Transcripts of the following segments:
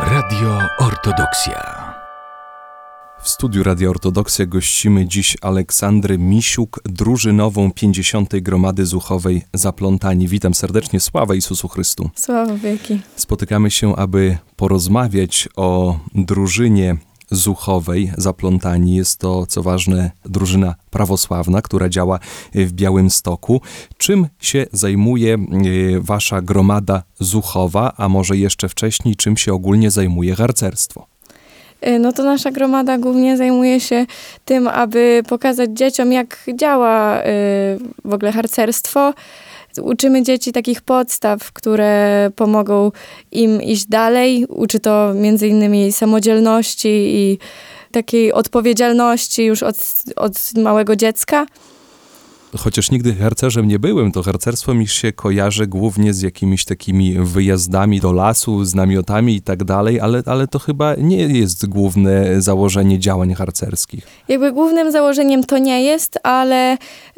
Radio Ortodoksja. W studiu Radia Ortodoksja gościmy dziś Aleksandrę Misiuk, drużynową 50. Gromady Zuchowej Zaplątani. Witam serdecznie, sława Jezusu Chrystu. Sława wieki. Spotykamy się, aby porozmawiać o drużynie Zuchowej Zaplątani. Jest to, co ważne, drużyna prawosławna, która działa w Białymstoku. Czym się zajmuje wasza gromada Zuchowa, a może jeszcze wcześniej, czym się ogólnie zajmuje harcerstwo? No to nasza gromada głównie zajmuje się tym, aby pokazać dzieciom, jak działa w ogóle harcerstwo. Uczymy dzieci takich podstaw, które pomogą im iść dalej. Uczy to między innymi samodzielności i takiej odpowiedzialności już od małego dziecka. Chociaż nigdy harcerzem nie byłem, to harcerstwo mi się kojarzy głównie z jakimiś takimi wyjazdami do lasu, z namiotami i tak dalej, ale to chyba nie jest główne założenie działań harcerskich. Jakby głównym założeniem to nie jest, ale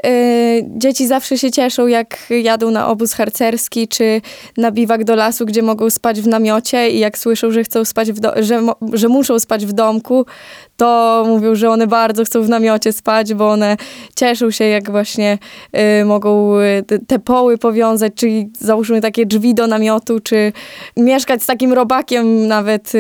dzieci zawsze się cieszą, jak jadą na obóz harcerski, czy na biwak do lasu, gdzie mogą spać w namiocie i jak słyszą, że chcą spać że muszą spać w domku, to mówią, że one bardzo chcą w namiocie spać, bo one cieszą się, jak właśnie mogą te poły powiązać, czyli załóżmy takie drzwi do namiotu, czy mieszkać z takim robakiem nawet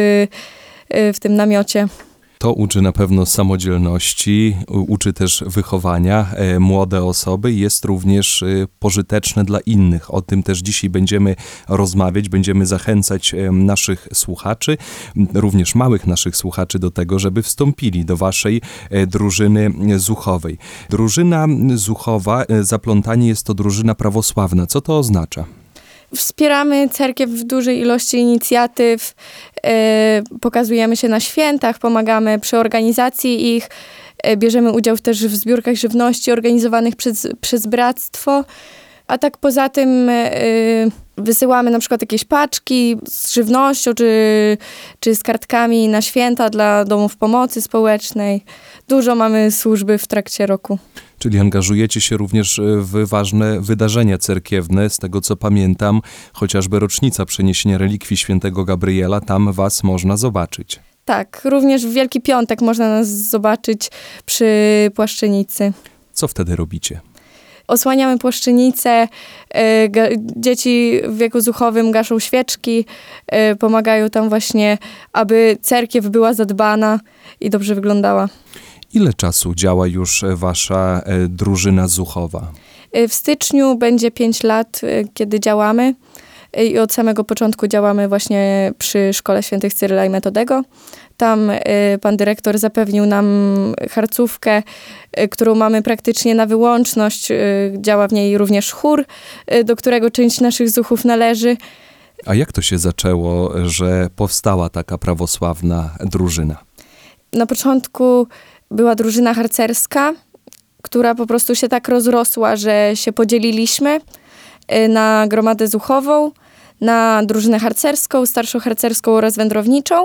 w tym namiocie. To uczy na pewno samodzielności, uczy też wychowania młode osoby i jest również pożyteczne dla innych. O tym też dzisiaj będziemy rozmawiać, będziemy zachęcać naszych słuchaczy, również małych naszych słuchaczy do tego, żeby wstąpili do waszej drużyny Zuchowej. Drużyna Zuchowa Zaplątani jest to drużyna prawosławna. Co to oznacza? Wspieramy cerkiew w dużej ilości inicjatyw, pokazujemy się na świętach, pomagamy przy organizacji ich, bierzemy udział też w zbiórkach żywności organizowanych przez bractwo, a tak poza tym wysyłamy na przykład jakieś paczki z żywnością czy z kartkami na święta dla domów pomocy społecznej. Dużo mamy służby w trakcie roku. Czyli angażujecie się również w ważne wydarzenia cerkiewne. Z tego co pamiętam, chociażby rocznica przeniesienia relikwii świętego Gabriela, tam was można zobaczyć. Tak, również w Wielki Piątek można nas zobaczyć przy płaszczynicy. Co wtedy robicie? Osłaniamy płaszczynicę, dzieci w wieku zuchowym gaszą świeczki, pomagają tam właśnie, aby cerkiew była zadbana i dobrze wyglądała. Ile czasu działa już wasza drużyna Zuchowa? W styczniu będzie 5 lat, kiedy działamy i od samego początku działamy właśnie przy Szkole Świętych Cyryla i Metodego. Tam pan dyrektor zapewnił nam harcówkę, którą mamy praktycznie na wyłączność. Działa w niej również chór, do którego część naszych zuchów należy. A jak to się zaczęło, że powstała taka prawosławna drużyna? Na początku była drużyna harcerska, która po prostu się tak rozrosła, że się podzieliliśmy na gromadę zuchową, na drużynę harcerską, starszą harcerską oraz wędrowniczą.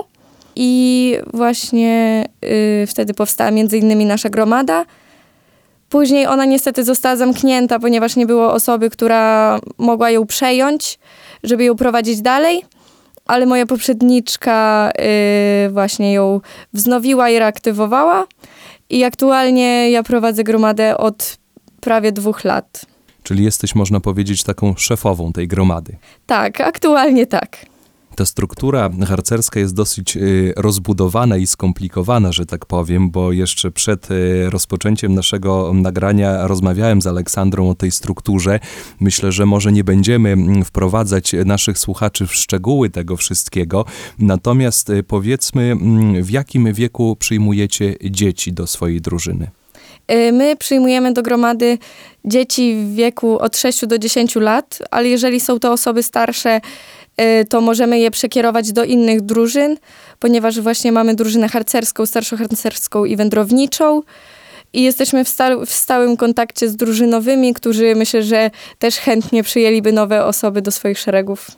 I właśnie wtedy powstała między innymi nasza gromada. Później ona niestety została zamknięta, ponieważ nie było osoby, która mogła ją przejąć, żeby ją prowadzić dalej. Ale moja poprzedniczka właśnie ją wznowiła i reaktywowała. I aktualnie ja prowadzę gromadę od prawie 2 lat. Czyli jesteś, można powiedzieć, taką szefową tej gromady. Tak, aktualnie tak. Ta struktura harcerska jest dosyć rozbudowana i skomplikowana, że tak powiem, bo jeszcze przed rozpoczęciem naszego nagrania rozmawiałem z Aleksandrą o tej strukturze. Myślę, że może nie będziemy wprowadzać naszych słuchaczy w szczegóły tego wszystkiego, natomiast powiedzmy, w jakim wieku przyjmujecie dzieci do swojej drużyny? My przyjmujemy do gromady dzieci w wieku od 6 do 10 lat, ale jeżeli są to osoby starsze, to możemy je przekierować do innych drużyn, ponieważ właśnie mamy drużynę harcerską, starszoharcerską i wędrowniczą i jesteśmy w stałym kontakcie z drużynowymi, którzy myślę, że też chętnie przyjęliby nowe osoby do swoich szeregów.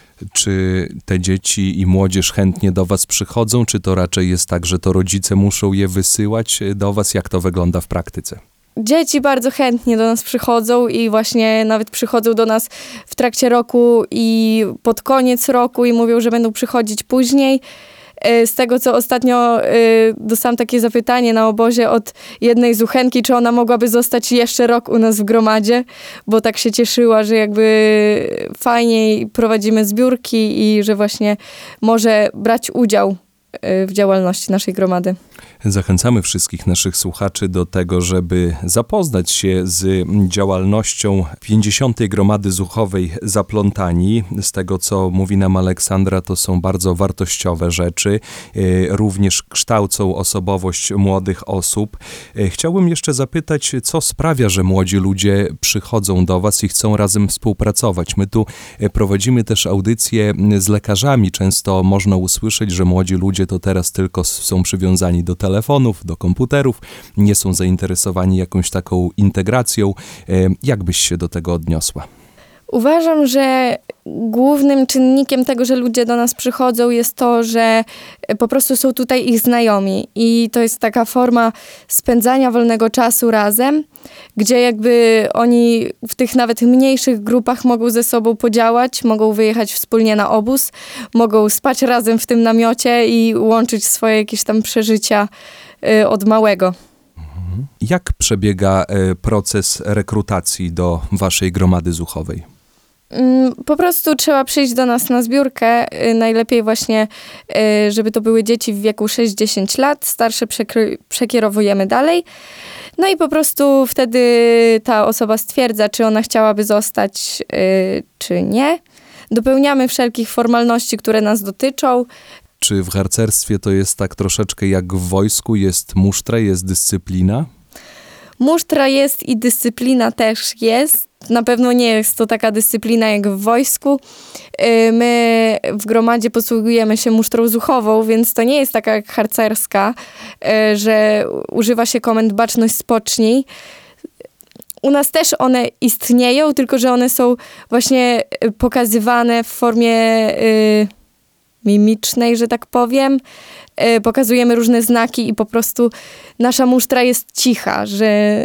Czy te dzieci i młodzież chętnie do was przychodzą, czy to raczej jest tak, że to rodzice muszą je wysyłać do was? Jak to wygląda w praktyce? Dzieci bardzo chętnie do nas przychodzą i właśnie nawet przychodzą do nas w trakcie roku i pod koniec roku i mówią, że będą przychodzić później. Z tego, co ostatnio dostałam takie zapytanie na obozie od jednej zuchenki, czy ona mogłaby zostać jeszcze rok u nas w gromadzie, bo tak się cieszyła, że jakby fajnie prowadzimy zbiórki i że właśnie może brać udział w działalności naszej gromady. Zachęcamy wszystkich naszych słuchaczy do tego, żeby zapoznać się z działalnością 50. Gromady Zuchowej Zaplątani. Z tego, co mówi nam Aleksandra, to są bardzo wartościowe rzeczy. Również kształcą osobowość młodych osób. Chciałbym jeszcze zapytać, co sprawia, że młodzi ludzie przychodzą do was i chcą razem współpracować. My tu prowadzimy też audycje z lekarzami. Często można usłyszeć, że młodzi ludzie to teraz tylko są przywiązani do telefonów, do komputerów, nie są zainteresowani jakąś taką integracją. Jak byś się do tego odniosła? Uważam, że głównym czynnikiem tego, że ludzie do nas przychodzą, jest to, że po prostu są tutaj ich znajomi i to jest taka forma spędzania wolnego czasu razem, gdzie jakby oni w tych nawet mniejszych grupach mogą ze sobą podziałać, mogą wyjechać wspólnie na obóz, mogą spać razem w tym namiocie i łączyć swoje jakieś tam przeżycia od małego. Jak przebiega proces rekrutacji do waszej gromady zuchowej? Po prostu trzeba przyjść do nas na zbiórkę. Najlepiej właśnie, żeby to były dzieci w wieku 6-10 lat. Starsze przekierowujemy dalej. No i po prostu wtedy ta osoba stwierdza, czy ona chciałaby zostać, czy nie. Dopełniamy wszelkich formalności, które nas dotyczą. Czy w harcerstwie to jest tak troszeczkę jak w wojsku? Jest musztra, jest dyscyplina? Musztra jest i dyscyplina też jest. Na pewno nie jest to taka dyscyplina jak w wojsku. My w gromadzie posługujemy się musztrą zuchową, więc to nie jest taka jak harcerska, że używa się komend baczność, spocznij. U nas też one istnieją, tylko że one są właśnie pokazywane w formie mimicznej, że tak powiem. Pokazujemy różne znaki i po prostu nasza musztra jest cicha, że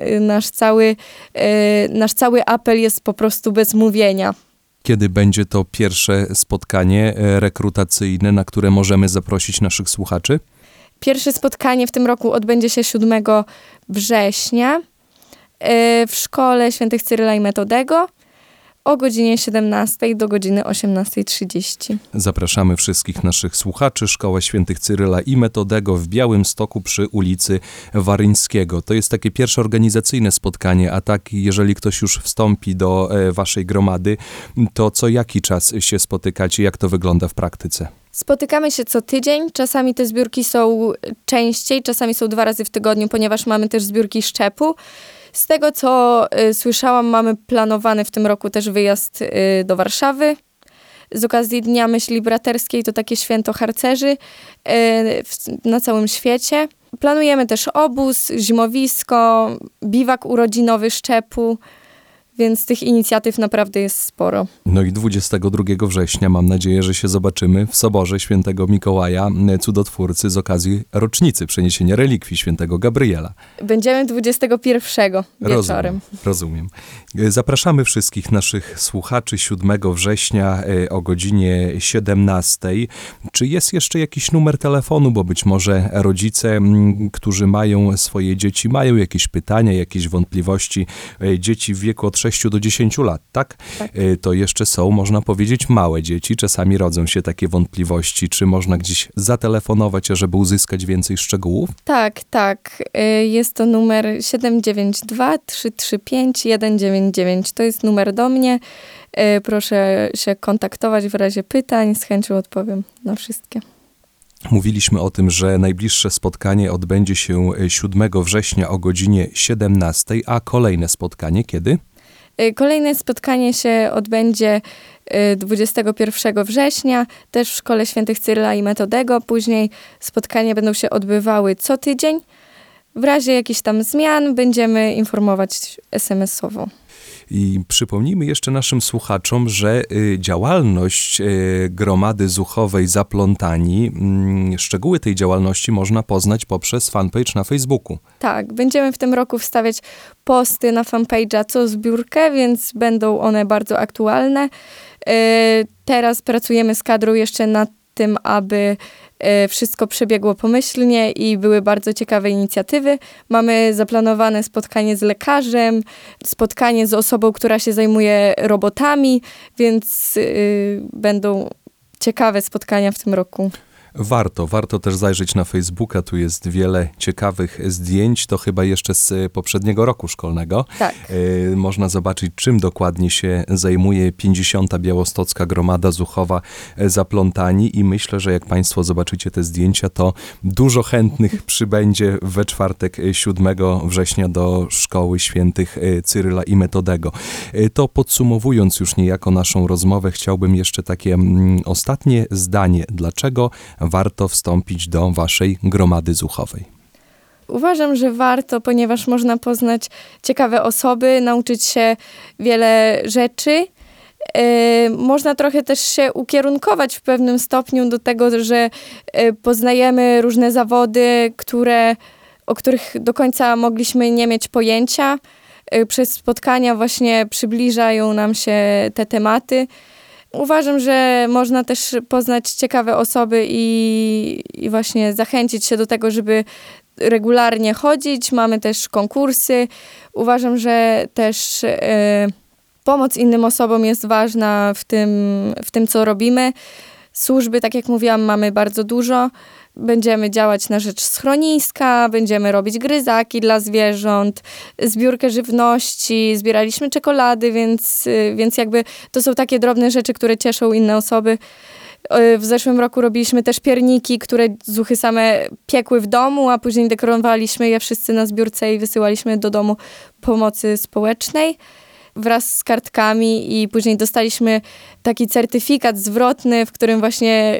nasz cały apel jest po prostu bez mówienia. Kiedy będzie to pierwsze spotkanie rekrutacyjne, na które możemy zaprosić naszych słuchaczy? Pierwsze spotkanie w tym roku odbędzie się 7 września w szkole Świętych Cyryla i Metodego o godzinie 17 do godziny 18:30. Zapraszamy wszystkich naszych słuchaczy. Szkoła Świętych Cyryla i Metodego w Białymstoku przy ulicy Waryńskiego. To jest takie pierwsze organizacyjne spotkanie, a tak jeżeli ktoś już wstąpi do waszej gromady, to co jaki czas się spotykacie? Jak to wygląda w praktyce? Spotykamy się co tydzień. Czasami te zbiórki są częściej, czasami są 2 razy w tygodniu, ponieważ mamy też zbiórki szczepu. Z tego, co słyszałam, mamy planowany w tym roku też wyjazd do Warszawy. Z okazji Dnia Myśli Braterskiej, to takie święto harcerzy na całym świecie. Planujemy też obóz, zimowisko, biwak urodzinowy szczepu, więc tych inicjatyw naprawdę jest sporo. No i 22 września mam nadzieję, że się zobaczymy w Soborze Świętego Mikołaja, Cudotwórcy, z okazji rocznicy przeniesienia relikwii Świętego Gabriela. Będziemy 21 wieczorem. Rozumiem. Zapraszamy wszystkich naszych słuchaczy 7 września o godzinie 17. Czy jest jeszcze jakiś numer telefonu, bo być może rodzice, którzy mają swoje dzieci, mają jakieś pytania, jakieś wątpliwości. Dzieci w wieku od 6 do 10 lat, tak? Tak. To jeszcze są, można powiedzieć, małe dzieci. Czasami rodzą się takie wątpliwości, czy można gdzieś zatelefonować, żeby uzyskać więcej szczegółów? Tak. Jest to numer 792 335 199. To jest numer do mnie. Proszę się kontaktować w razie pytań. Z chęcią odpowiem na wszystkie. Mówiliśmy o tym, że najbliższe spotkanie odbędzie się 7 września o godzinie 17, a kolejne spotkanie kiedy? Kolejne spotkanie się odbędzie 21 września, też w Szkole Świętych Cyryla i Metodego. Później spotkania będą się odbywały co tydzień. W razie jakichś tam zmian będziemy informować SMS-owo. I przypomnijmy jeszcze naszym słuchaczom, że działalność Gromady Zuchowej Zaplątani, szczegóły tej działalności można poznać poprzez fanpage na Facebooku. Tak, będziemy w tym roku wstawiać posty na fanpage'a co zbiórkę, więc będą one bardzo aktualne. Teraz pracujemy z kadrą jeszcze nad tym, aby wszystko przebiegło pomyślnie i były bardzo ciekawe inicjatywy. Mamy zaplanowane spotkanie z lekarzem, spotkanie z osobą, która się zajmuje robotami, więc będą ciekawe spotkania w tym roku. Warto też zajrzeć na Facebooka, tu jest wiele ciekawych zdjęć, to chyba jeszcze z poprzedniego roku szkolnego. Tak. Można zobaczyć, czym dokładnie się zajmuje 50. Białostocka Gromada Zuchowa Zaplątani i myślę, że jak Państwo zobaczycie te zdjęcia, to dużo chętnych przybędzie we czwartek 7 września do Szkoły Świętych Cyryla i Metodego. To podsumowując już niejako naszą rozmowę, chciałbym jeszcze takie ostatnie zdanie. Dlaczego warto wstąpić do waszej Gromady Zuchowej? Uważam, że warto, ponieważ można poznać ciekawe osoby, nauczyć się wiele rzeczy. Można trochę też się ukierunkować w pewnym stopniu do tego, że poznajemy różne zawody, o których do końca mogliśmy nie mieć pojęcia. Przez spotkania właśnie przybliżają nam się te tematy. Uważam, że można też poznać ciekawe osoby i właśnie zachęcić się do tego, żeby regularnie chodzić. Mamy też konkursy. Uważam, że też pomoc innym osobom jest ważna w tym, co robimy. Służby, tak jak mówiłam, mamy bardzo dużo. Będziemy działać na rzecz schroniska, będziemy robić gryzaki dla zwierząt, zbiórkę żywności, zbieraliśmy czekolady, więc jakby to są takie drobne rzeczy, które cieszą inne osoby. W zeszłym roku robiliśmy też pierniki, które zuchy same piekły w domu, a później dekorowaliśmy je wszyscy na zbiórce i wysyłaliśmy do domu pomocy społecznej wraz z kartkami i później dostaliśmy taki certyfikat zwrotny, w którym właśnie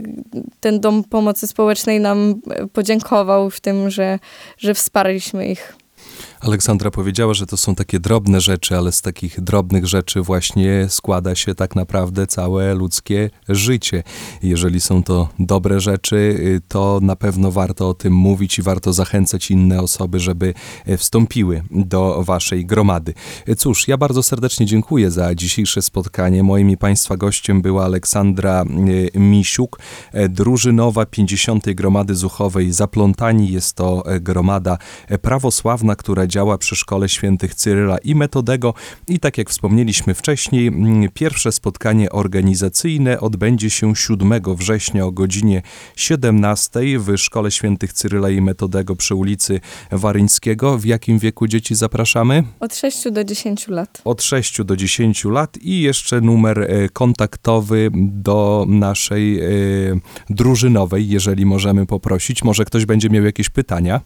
ten Dom Pomocy Społecznej nam podziękował w tym, że wsparliśmy ich. Aleksandra powiedziała, że to są takie drobne rzeczy, ale z takich drobnych rzeczy właśnie składa się tak naprawdę całe ludzkie życie. Jeżeli są to dobre rzeczy, to na pewno warto o tym mówić i warto zachęcać inne osoby, żeby wstąpiły do waszej gromady. Cóż, ja bardzo serdecznie dziękuję za dzisiejsze spotkanie. Moim i Państwa gościem była Aleksandra Misiuk, drużynowa 50. Gromady Zuchowej Zaplątani. Jest to gromada prawosławna, która działa przy Szkole Świętych Cyryla i Metodego i tak jak wspomnieliśmy wcześniej, pierwsze spotkanie organizacyjne odbędzie się 7 września o godzinie 17 w Szkole Świętych Cyryla i Metodego przy ulicy Waryńskiego. W jakim wieku dzieci zapraszamy? Od 6 do 10 lat. Od 6 do 10 lat i jeszcze numer kontaktowy do naszej drużynowej, jeżeli możemy poprosić. Może ktoś będzie miał jakieś pytania?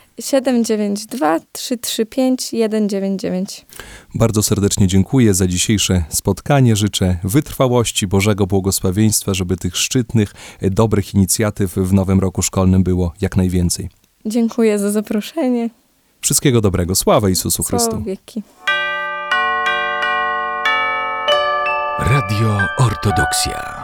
792 335 199. Bardzo serdecznie dziękuję za dzisiejsze spotkanie. Życzę wytrwałości, Bożego błogosławieństwa, żeby tych szczytnych, dobrych inicjatyw w nowym roku szkolnym było jak najwięcej. Dziękuję za zaproszenie. Wszystkiego dobrego. Sława Jezusu Chrystu. Sława wieki. Radio Ortodoksja.